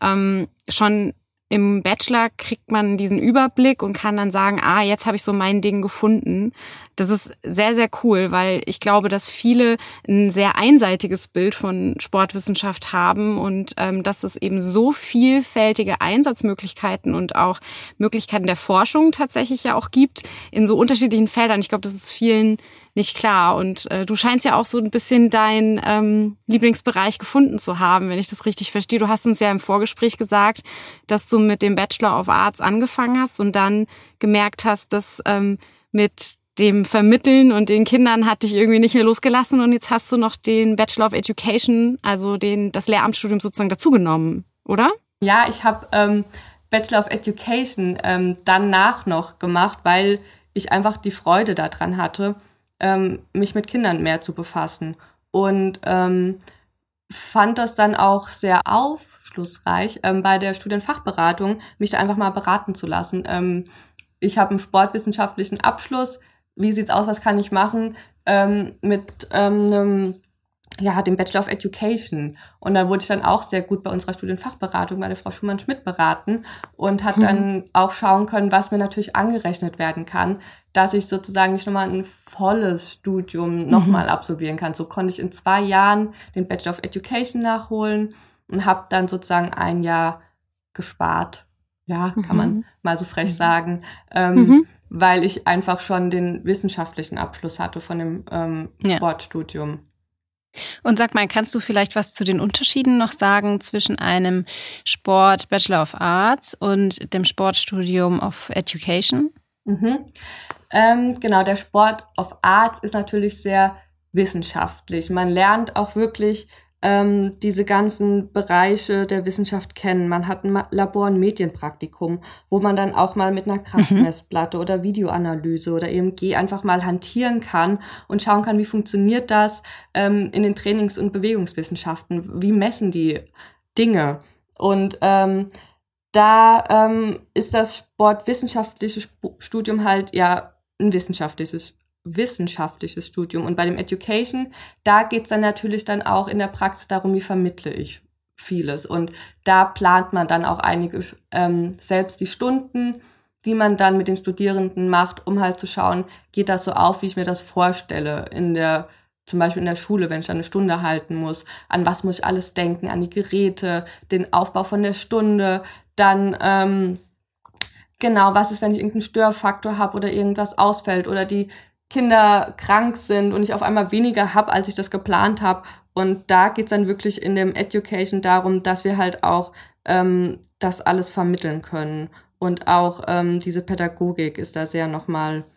Speaker 1: schon im Bachelor kriegt man diesen Überblick und kann dann sagen, jetzt habe ich so mein Ding gefunden. Das ist sehr, sehr cool, weil ich glaube, dass viele ein sehr einseitiges Bild von Sportwissenschaft haben und dass es eben so vielfältige Einsatzmöglichkeiten und auch Möglichkeiten der Forschung tatsächlich ja auch gibt in so unterschiedlichen Feldern. Ich glaube, das ist vielen nicht klar. Und du scheinst ja auch so ein bisschen deinen Lieblingsbereich gefunden zu haben, wenn ich das richtig verstehe. Du hast uns ja im Vorgespräch gesagt, dass du mit dem Bachelor of Arts angefangen hast und dann gemerkt hast, dass mit dem Vermitteln und den Kindern hat dich irgendwie nicht mehr losgelassen und jetzt hast du noch den Bachelor of Education, also das Lehramtsstudium sozusagen dazugenommen, oder?
Speaker 2: Ja, ich habe Bachelor of Education danach noch gemacht, weil ich einfach die Freude daran hatte, mich mit Kindern mehr zu befassen und fand das dann auch sehr aufschlussreich, bei der Studienfachberatung mich da einfach mal beraten zu lassen. Ich habe einen sportwissenschaftlichen Abschluss. Wie sieht's aus? Was kann ich machen? Mit dem Bachelor of Education. Und da wurde ich dann auch sehr gut bei unserer Studienfachberatung bei der Frau Schumann-Schmidt beraten und hat dann auch schauen können, was mir natürlich angerechnet werden kann, dass ich sozusagen nicht nochmal ein volles Studium nochmal absolvieren kann. So konnte ich in 2 Jahren den Bachelor of Education nachholen und habe dann sozusagen 1 Jahr gespart. Ja, kann man mal so frech sagen, weil ich einfach schon den wissenschaftlichen Abschluss hatte von dem Sportstudium.
Speaker 3: Und sag mal, kannst du vielleicht was zu den Unterschieden noch sagen zwischen einem Sport Bachelor of Arts und dem Sportstudium of Education?
Speaker 2: Genau, der Sport of Arts ist natürlich sehr wissenschaftlich. Man lernt auch wirklich diese ganzen Bereiche der Wissenschaft kennen. Man hat ein Labor- und Medienpraktikum, wo man dann auch mal mit einer Kraftmessplatte oder Videoanalyse oder EMG einfach mal hantieren kann und schauen kann, wie funktioniert das in den Trainings- und Bewegungswissenschaften, wie messen die Dinge. Und da ist das sportwissenschaftliche Studium halt ja ein wissenschaftliches Studium. Und bei dem Education, da geht's dann natürlich dann auch in der Praxis darum, wie vermittle ich vieles. Und da plant man dann auch einige selbst die Stunden, die man dann mit den Studierenden macht, um halt zu schauen, geht das so auf, wie ich mir das vorstelle, zum Beispiel in der Schule, wenn ich dann eine Stunde halten muss. An was muss ich alles denken? An die Geräte, den Aufbau von der Stunde, dann was ist, wenn ich irgendeinen Störfaktor habe oder irgendwas ausfällt oder die Kinder krank sind und ich auf einmal weniger habe, als ich das geplant habe. Und da geht's dann wirklich in dem Education darum, dass wir halt auch das alles vermitteln können. Und auch diese Pädagogik ist da sehr nochmal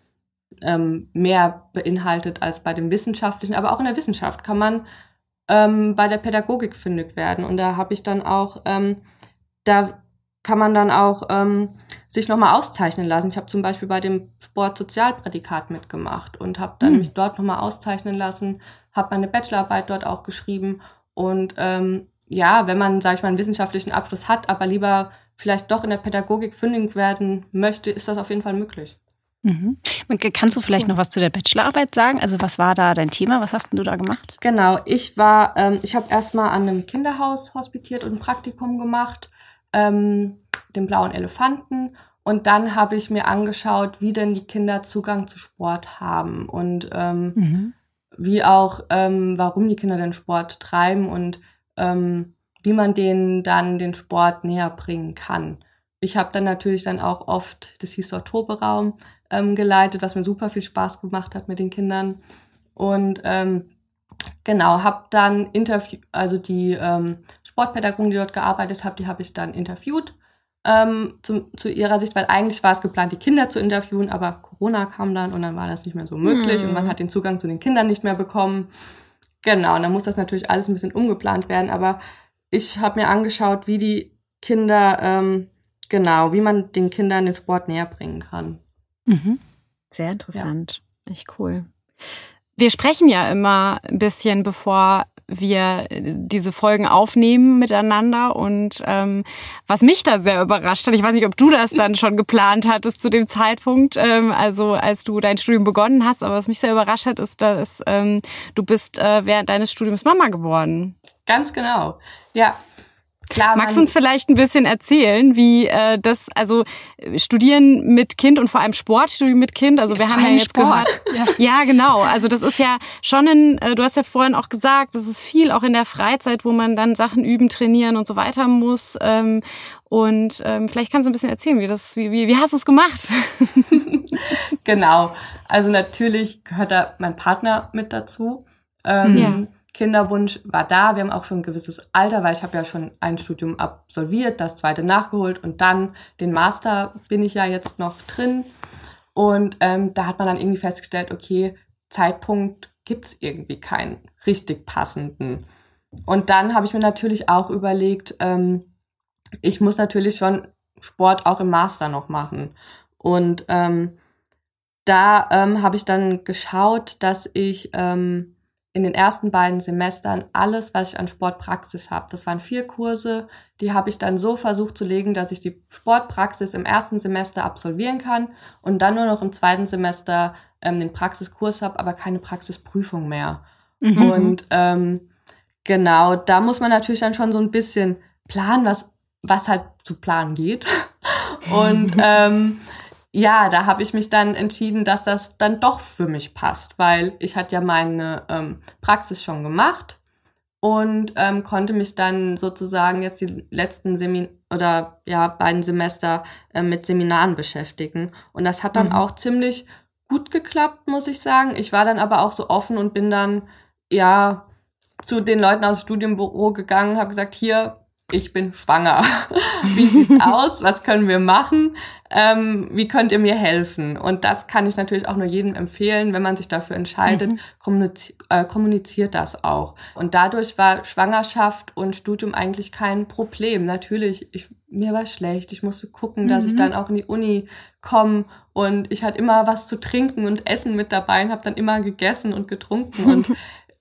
Speaker 2: mehr beinhaltet als bei dem Wissenschaftlichen. Aber auch in der Wissenschaft kann man bei der Pädagogik fündig werden. Und da habe ich dann auch, da kann man dann auch sich nochmal auszeichnen lassen. Ich habe zum Beispiel bei dem Sport-Sozialprädikat mitgemacht und habe dann mich dort nochmal auszeichnen lassen, habe meine Bachelorarbeit dort auch geschrieben. Und wenn man, sage ich mal, einen wissenschaftlichen Abschluss hat, aber lieber vielleicht doch in der Pädagogik fündig werden möchte, ist das auf jeden Fall möglich.
Speaker 3: Kannst du vielleicht noch was zu der Bachelorarbeit sagen? Also was war da dein Thema? Was hast denn du da gemacht?
Speaker 2: Genau, ich habe erstmal an einem Kinderhaus hospitiert und ein Praktikum gemacht, den Blauen Elefanten. Und dann habe ich mir angeschaut, wie denn die Kinder Zugang zu Sport haben und wie auch, warum die Kinder den Sport treiben und wie man denen dann den Sport näher bringen kann. Ich habe dann natürlich dann auch oft, das hieß dort Toberaum, geleitet, was mir super viel Spaß gemacht hat mit den Kindern. Und habe dann die Sportpädagogin, die dort gearbeitet hat, die habe ich dann interviewt zu ihrer Sicht, weil eigentlich war es geplant, die Kinder zu interviewen, aber Corona kam dann und dann war das nicht mehr so möglich und man hat den Zugang zu den Kindern nicht mehr bekommen. Genau, und dann muss das natürlich alles ein bisschen umgeplant werden, aber ich habe mir angeschaut, wie die Kinder, wie man den Kindern den Sport näher bringen kann.
Speaker 1: Sehr interessant. Ja. Echt cool. Wir sprechen ja immer ein bisschen, bevor wir diese Folgen aufnehmen miteinander und was mich da sehr überrascht hat, ich weiß nicht, ob du das dann schon geplant hattest zu dem Zeitpunkt, also als du dein Studium begonnen hast, aber was mich sehr überrascht hat, ist, dass du bist während deines Studiums Mama geworden.
Speaker 2: Ganz genau, ja. Klar,
Speaker 1: magst du uns vielleicht ein bisschen erzählen, wie Studieren mit Kind und vor allem Sportstudium mit Kind, also wir haben ja jetzt gehört. Ja, genau, also das ist ja schon du hast ja vorhin auch gesagt, das ist viel auch in der Freizeit, wo man dann Sachen üben, trainieren und so weiter muss und vielleicht kannst du ein bisschen erzählen, wie hast du es gemacht?
Speaker 2: Genau, also natürlich gehört da mein Partner mit dazu. Kinderwunsch war da. Wir haben auch schon ein gewisses Alter, weil ich habe ja schon ein Studium absolviert, das zweite nachgeholt und dann den Master bin ich ja jetzt noch drin. Und da hat man dann irgendwie festgestellt, okay, Zeitpunkt gibt's irgendwie keinen richtig passenden. Und dann habe ich mir natürlich auch überlegt, ich muss natürlich schon Sport auch im Master noch machen. Und da habe ich dann geschaut, dass ich in den ersten beiden Semestern alles, was ich an Sportpraxis habe, das waren 4 Kurse, die habe ich dann so versucht zu legen, dass ich die Sportpraxis im ersten Semester absolvieren kann und dann nur noch im zweiten Semester den Praxiskurs habe, aber keine Praxisprüfung mehr. Mhm. Und genau, da muss man natürlich dann schon so ein bisschen planen, was halt zu planen geht. Und ja, da habe ich mich dann entschieden, dass das dann doch für mich passt, weil ich hatte ja meine Praxis schon gemacht und konnte mich dann sozusagen jetzt die letzten beiden Semester mit Seminaren beschäftigen. Und das hat dann auch ziemlich gut geklappt, muss ich sagen. Ich war dann aber auch so offen und bin dann zu den Leuten aus dem Studienbüro gegangen und habe gesagt, hier, ich bin schwanger. Wie sieht's aus? Was können wir machen? Wie könnt ihr mir helfen? Und das kann ich natürlich auch nur jedem empfehlen, wenn man sich dafür entscheidet, kommuniziert das auch. Und dadurch war Schwangerschaft und Studium eigentlich kein Problem. Natürlich, mir war schlecht. Ich musste gucken, dass ich dann auch in die Uni komme. Und ich hatte immer was zu trinken und Essen mit dabei und habe dann immer gegessen und getrunken. Und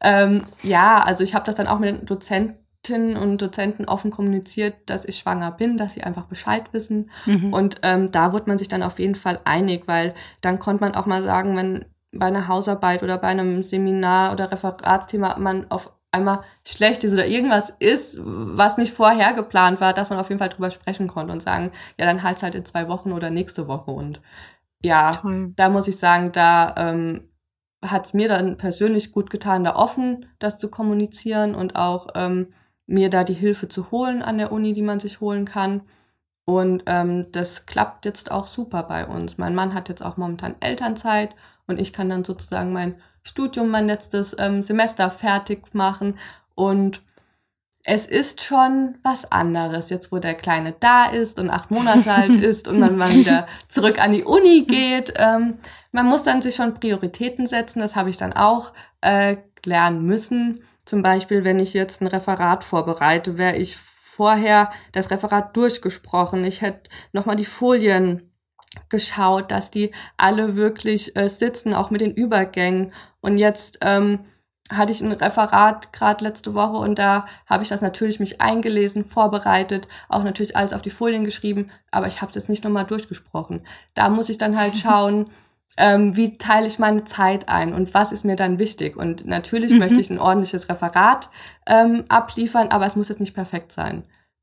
Speaker 2: also ich habe das dann auch mit den Dozenten und Dozenten offen kommuniziert, dass ich schwanger bin, dass sie einfach Bescheid wissen. Und da wurde man sich dann auf jeden Fall einig, weil dann konnte man auch mal sagen, wenn bei einer Hausarbeit oder bei einem Seminar oder Referatsthema man auf einmal schlecht ist oder irgendwas ist, was nicht vorher geplant war, dass man auf jeden Fall drüber sprechen konnte und sagen, ja, dann halt's halt in 2 Wochen oder nächste Woche. Und ja, da muss ich sagen, da hat es mir dann persönlich gut getan, da offen das zu kommunizieren und auch mir da die Hilfe zu holen an der Uni, die man sich holen kann. Und das klappt jetzt auch super bei uns. Mein Mann hat jetzt auch momentan Elternzeit und ich kann dann sozusagen mein Studium, mein letztes Semester fertig machen. Und es ist schon was anderes, jetzt wo der Kleine da ist und 8 Monate alt ist und man mal wieder zurück an die Uni geht. Man muss dann sich schon Prioritäten setzen, das habe ich dann auch lernen müssen. Zum Beispiel, wenn ich jetzt ein Referat vorbereite, wäre ich vorher das Referat durchgesprochen. Ich hätte nochmal die Folien geschaut, dass die alle wirklich sitzen, auch mit den Übergängen. Und jetzt hatte ich ein Referat gerade letzte Woche und da habe ich das natürlich mich eingelesen, vorbereitet, auch natürlich alles auf die Folien geschrieben, aber ich habe es jetzt nicht nochmal durchgesprochen. Da muss ich dann halt schauen, wie teile ich meine Zeit ein und was ist mir dann wichtig. Und natürlich möchte ich ein ordentliches Referat abliefern, aber es muss jetzt nicht perfekt sein.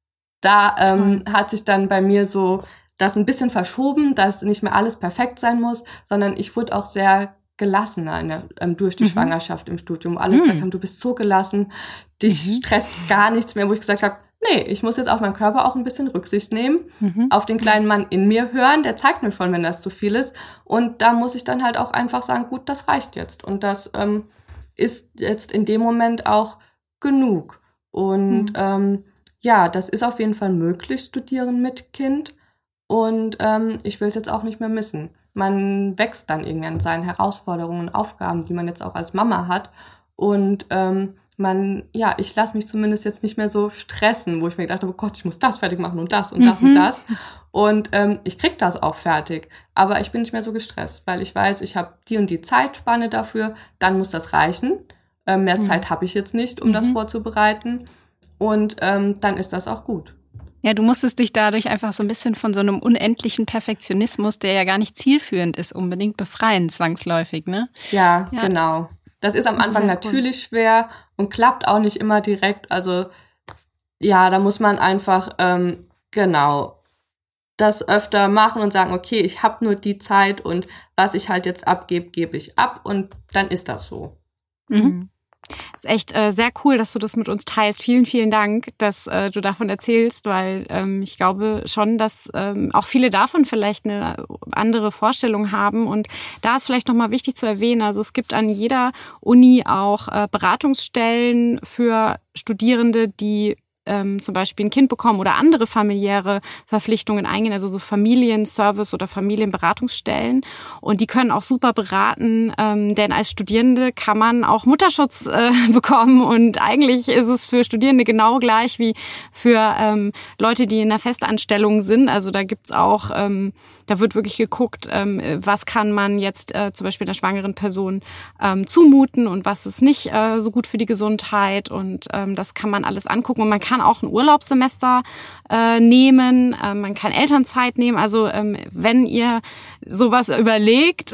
Speaker 2: Da hat sich dann bei mir so das ein bisschen verschoben, dass nicht mehr alles perfekt sein muss, sondern ich wurde auch sehr gelassener durch die Schwangerschaft im Studium. Alle gesagt haben, du bist so gelassen, dich stresst gar nichts mehr, wo ich gesagt habe, nee, ich muss jetzt auf meinen Körper auch ein bisschen Rücksicht nehmen, auf den kleinen Mann in mir hören, der zeigt mir schon, wenn das zu viel ist. Und da muss ich dann halt auch einfach sagen, gut, das reicht jetzt. Und das ist jetzt in dem Moment auch genug. Und das ist auf jeden Fall möglich, studieren mit Kind. Und ich will es jetzt auch nicht mehr missen. Man wächst dann irgendwie an seinen Herausforderungen und Aufgaben, die man jetzt auch als Mama hat. Und ich lasse mich zumindest jetzt nicht mehr so stressen, wo ich mir gedacht habe, oh Gott, ich muss das fertig machen und das und das und das. Und ich krieg das auch fertig. Aber ich bin nicht mehr so gestresst, weil ich weiß, ich habe die und die Zeitspanne dafür, dann muss das reichen. Mehr Zeit habe ich jetzt nicht, um das vorzubereiten. Und dann ist das auch gut.
Speaker 3: Ja, du musstest dich dadurch einfach so ein bisschen von so einem unendlichen Perfektionismus, der ja gar nicht zielführend ist, unbedingt befreien, zwangsläufig, ne?
Speaker 2: Ja, genau. Das ist am Anfang natürlich schwer und klappt auch nicht immer direkt. Also ja, da muss man einfach das öfter machen und sagen, okay, ich habe nur die Zeit und was ich halt jetzt abgebe, gebe ich ab und dann ist das so.
Speaker 1: Das ist echt sehr cool, dass du das mit uns teilst. Vielen, vielen Dank, dass du davon erzählst, weil ich glaube schon, dass auch viele davon vielleicht eine andere Vorstellung haben. Und da ist vielleicht nochmal wichtig zu erwähnen, also es gibt an jeder Uni auch Beratungsstellen für Studierende, die zum Beispiel ein Kind bekommen oder andere familiäre Verpflichtungen eingehen, also so Familienservice oder Familienberatungsstellen. Und die können auch super beraten, denn als Studierende kann man auch Mutterschutz bekommen. Und eigentlich ist es für Studierende genau gleich wie für Leute, die in einer Festanstellung sind. Also da gibt's auch, da wird wirklich geguckt, was kann man jetzt zum Beispiel einer schwangeren Person zumuten und was ist nicht so gut für die Gesundheit. Und das kann man alles angucken. Und man kann auch ein Urlaubssemester nehmen, man kann Elternzeit nehmen. Also wenn ihr sowas überlegt,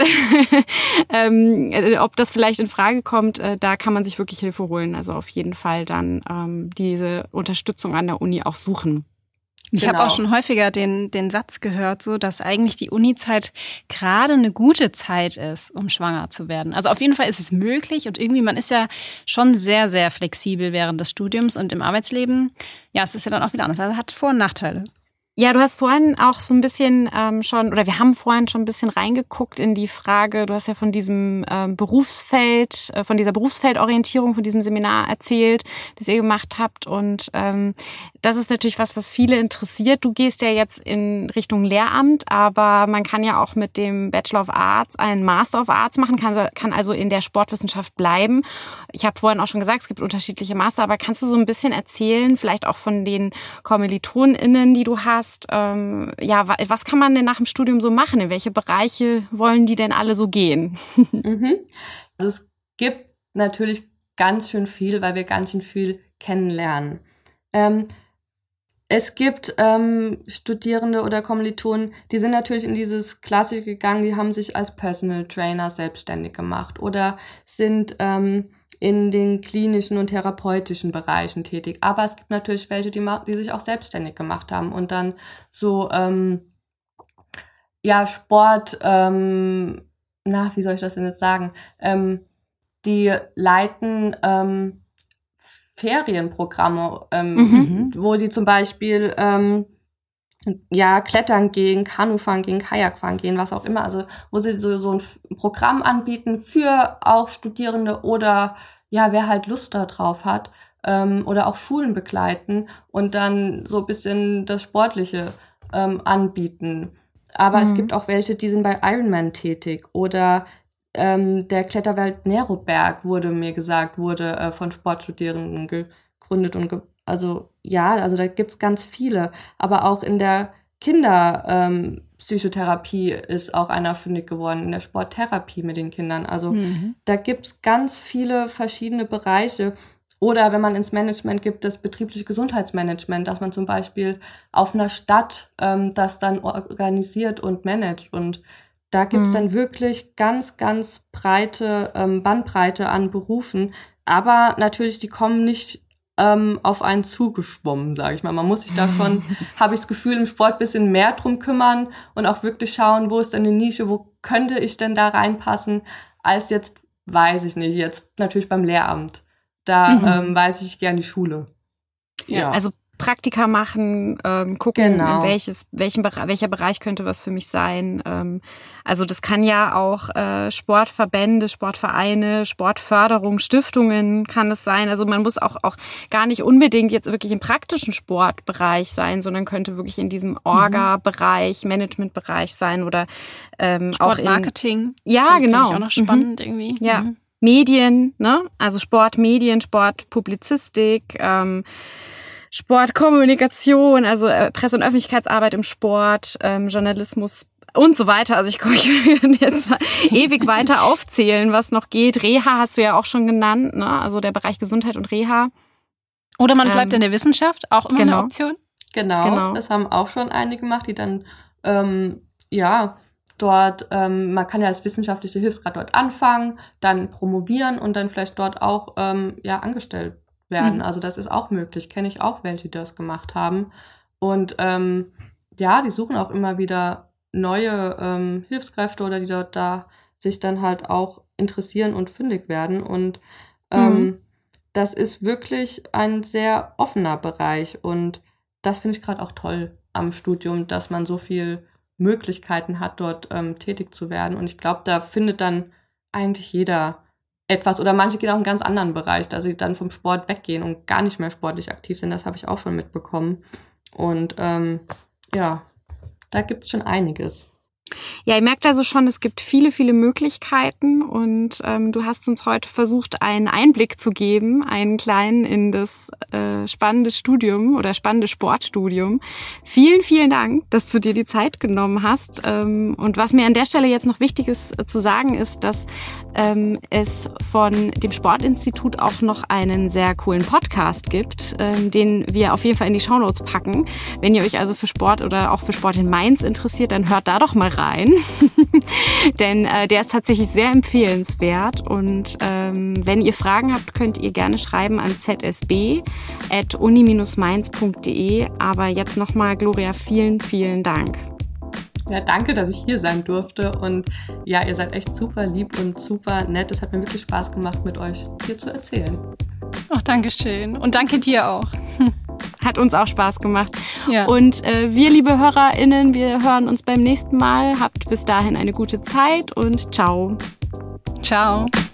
Speaker 1: ob das vielleicht in Frage kommt, da kann man sich wirklich Hilfe holen. Also auf jeden Fall dann diese Unterstützung an der Uni auch suchen.
Speaker 3: Ich habe auch schon häufiger den Satz gehört, so dass eigentlich die Uni-Zeit gerade eine gute Zeit ist, um schwanger zu werden. Also auf jeden Fall ist es möglich und irgendwie, man ist ja schon sehr, sehr flexibel während des Studiums und im Arbeitsleben. Ja, es ist ja dann auch wieder anders. Also hat Vor- und Nachteile.
Speaker 1: Ja, du hast vorhin auch so ein bisschen wir haben vorhin schon ein bisschen reingeguckt in die Frage, du hast ja von diesem Berufsfeld, von dieser Berufsfeldorientierung, von diesem Seminar erzählt, das ihr gemacht habt. Und das ist natürlich was viele interessiert. Du gehst ja jetzt in Richtung Lehramt, aber man kann ja auch mit dem Bachelor of Arts einen Master of Arts machen, kann also in der Sportwissenschaft bleiben. Ich habe vorhin auch schon gesagt, es gibt unterschiedliche Master, aber kannst du so ein bisschen erzählen, vielleicht auch von den KommilitonInnen, die du hast? Was kann man denn nach dem Studium so machen? In welche Bereiche wollen die denn alle so gehen?
Speaker 2: Also es gibt natürlich ganz schön viel, weil wir ganz schön viel kennenlernen. Es gibt Studierende oder Kommilitonen, die sind natürlich in dieses Klassische gegangen, die haben sich als Personal Trainer selbstständig gemacht oder sind in den klinischen und therapeutischen Bereichen tätig. Aber es gibt natürlich welche, die sich auch selbstständig gemacht haben und dann so Sport, wie soll ich das denn jetzt sagen? Die leiten Ferienprogramme, wo sie zum Beispiel klettern gehen, Kanufahren gehen, Kajakfahren gehen, was auch immer. Also wo sie so ein Programm anbieten für auch Studierende oder wer halt Lust da drauf hat, oder auch Schulen begleiten und dann so ein bisschen das Sportliche anbieten. Aber es gibt auch welche, die sind bei Ironman tätig oder der Kletterwelt Neroberg wurde von Sportstudierenden gegründet und also da gibt's ganz viele. Aber auch in der Kinderpsychotherapie ist auch einer fündig geworden, in der Sporttherapie mit den Kindern. Also da gibt's ganz viele verschiedene Bereiche. Oder wenn man ins Management gibt, das betriebliche Gesundheitsmanagement, dass man zum Beispiel auf einer Stadt das dann organisiert und managt. Und da gibt's dann wirklich ganz, ganz breite Bandbreite an Berufen. Aber natürlich, die kommen nicht auf einen zugeschwommen, sage ich mal. Man muss sich davon, habe ich das Gefühl, im Sport ein bisschen mehr drum kümmern und auch wirklich schauen, wo ist denn eine Nische, wo könnte ich denn da reinpassen, als jetzt, weiß ich nicht, jetzt natürlich beim Lehramt. Da weiß ich gern die Schule.
Speaker 1: Ja, also Praktika machen, gucken, genau. Welcher Bereich könnte was für mich sein. Also das kann ja auch Sportverbände, Sportvereine, Sportförderung, Stiftungen kann es sein. Also man muss auch gar nicht unbedingt jetzt wirklich im praktischen Sportbereich sein, sondern könnte wirklich in diesem Orga-Bereich, Managementbereich sein oder
Speaker 3: Sportmarketing.
Speaker 1: Ja, genau.
Speaker 3: Finde ich auch noch spannend irgendwie.
Speaker 1: Ja. Medien, ne? Also Sportmedien, Sportpublizistik, Sportkommunikation, also Presse- und Öffentlichkeitsarbeit im Sport, Journalismus und so weiter. Also ich kann jetzt mal ewig weiter aufzählen, was noch geht. Reha hast du ja auch schon genannt, ne? Also der Bereich Gesundheit und Reha.
Speaker 3: Oder man bleibt in der Wissenschaft, auch immer eine Option.
Speaker 2: Genau, das haben auch schon einige gemacht, die dann dort, man kann ja als wissenschaftliche Hilfskraft dort anfangen, dann promovieren und dann vielleicht dort auch angestellt werden. Also das ist auch möglich. Kenne ich auch welche, die das gemacht haben. Und die suchen auch immer wieder neue Hilfskräfte oder die dort da sich dann halt auch interessieren und fündig werden. Und das ist wirklich ein sehr offener Bereich. Und das finde ich gerade auch toll am Studium, dass man so viel Möglichkeiten hat, dort tätig zu werden. Und ich glaube, da findet dann eigentlich jeder etwas, oder manche gehen auch in einen ganz anderen Bereich, dass sie dann vom Sport weggehen und gar nicht mehr sportlich aktiv sind. Das habe ich auch schon mitbekommen. Und da gibt es schon einiges.
Speaker 1: Ja, ihr merkt also schon, es gibt viele, viele Möglichkeiten und du hast uns heute versucht, einen Einblick zu geben, einen kleinen in das spannende Studium oder spannende Sportstudium. Vielen, vielen Dank, dass du dir die Zeit genommen hast. Und was mir an der Stelle jetzt noch wichtig ist zu sagen, ist, dass es von dem Sportinstitut auch noch einen sehr coolen Podcast gibt, den wir auf jeden Fall in die Shownotes packen. Wenn ihr euch also für Sport oder auch für Sport in Mainz interessiert, dann hört da doch mal rein. Denn der ist tatsächlich sehr empfehlenswert. Und wenn ihr Fragen habt, könnt ihr gerne schreiben an zsb@uni-mainz.de. Aber jetzt nochmal, Gloria, vielen, vielen Dank.
Speaker 2: Ja, danke, dass ich hier sein durfte. Und ja, ihr seid echt super lieb und super nett. Es hat mir wirklich Spaß gemacht, mit euch hier zu erzählen.
Speaker 3: Ach, danke schön. Und danke dir auch.
Speaker 1: Hat uns auch Spaß gemacht.
Speaker 3: Ja.
Speaker 1: Und wir, liebe HörerInnen, wir hören uns beim nächsten Mal. Habt bis dahin eine gute Zeit und ciao.
Speaker 3: Ciao.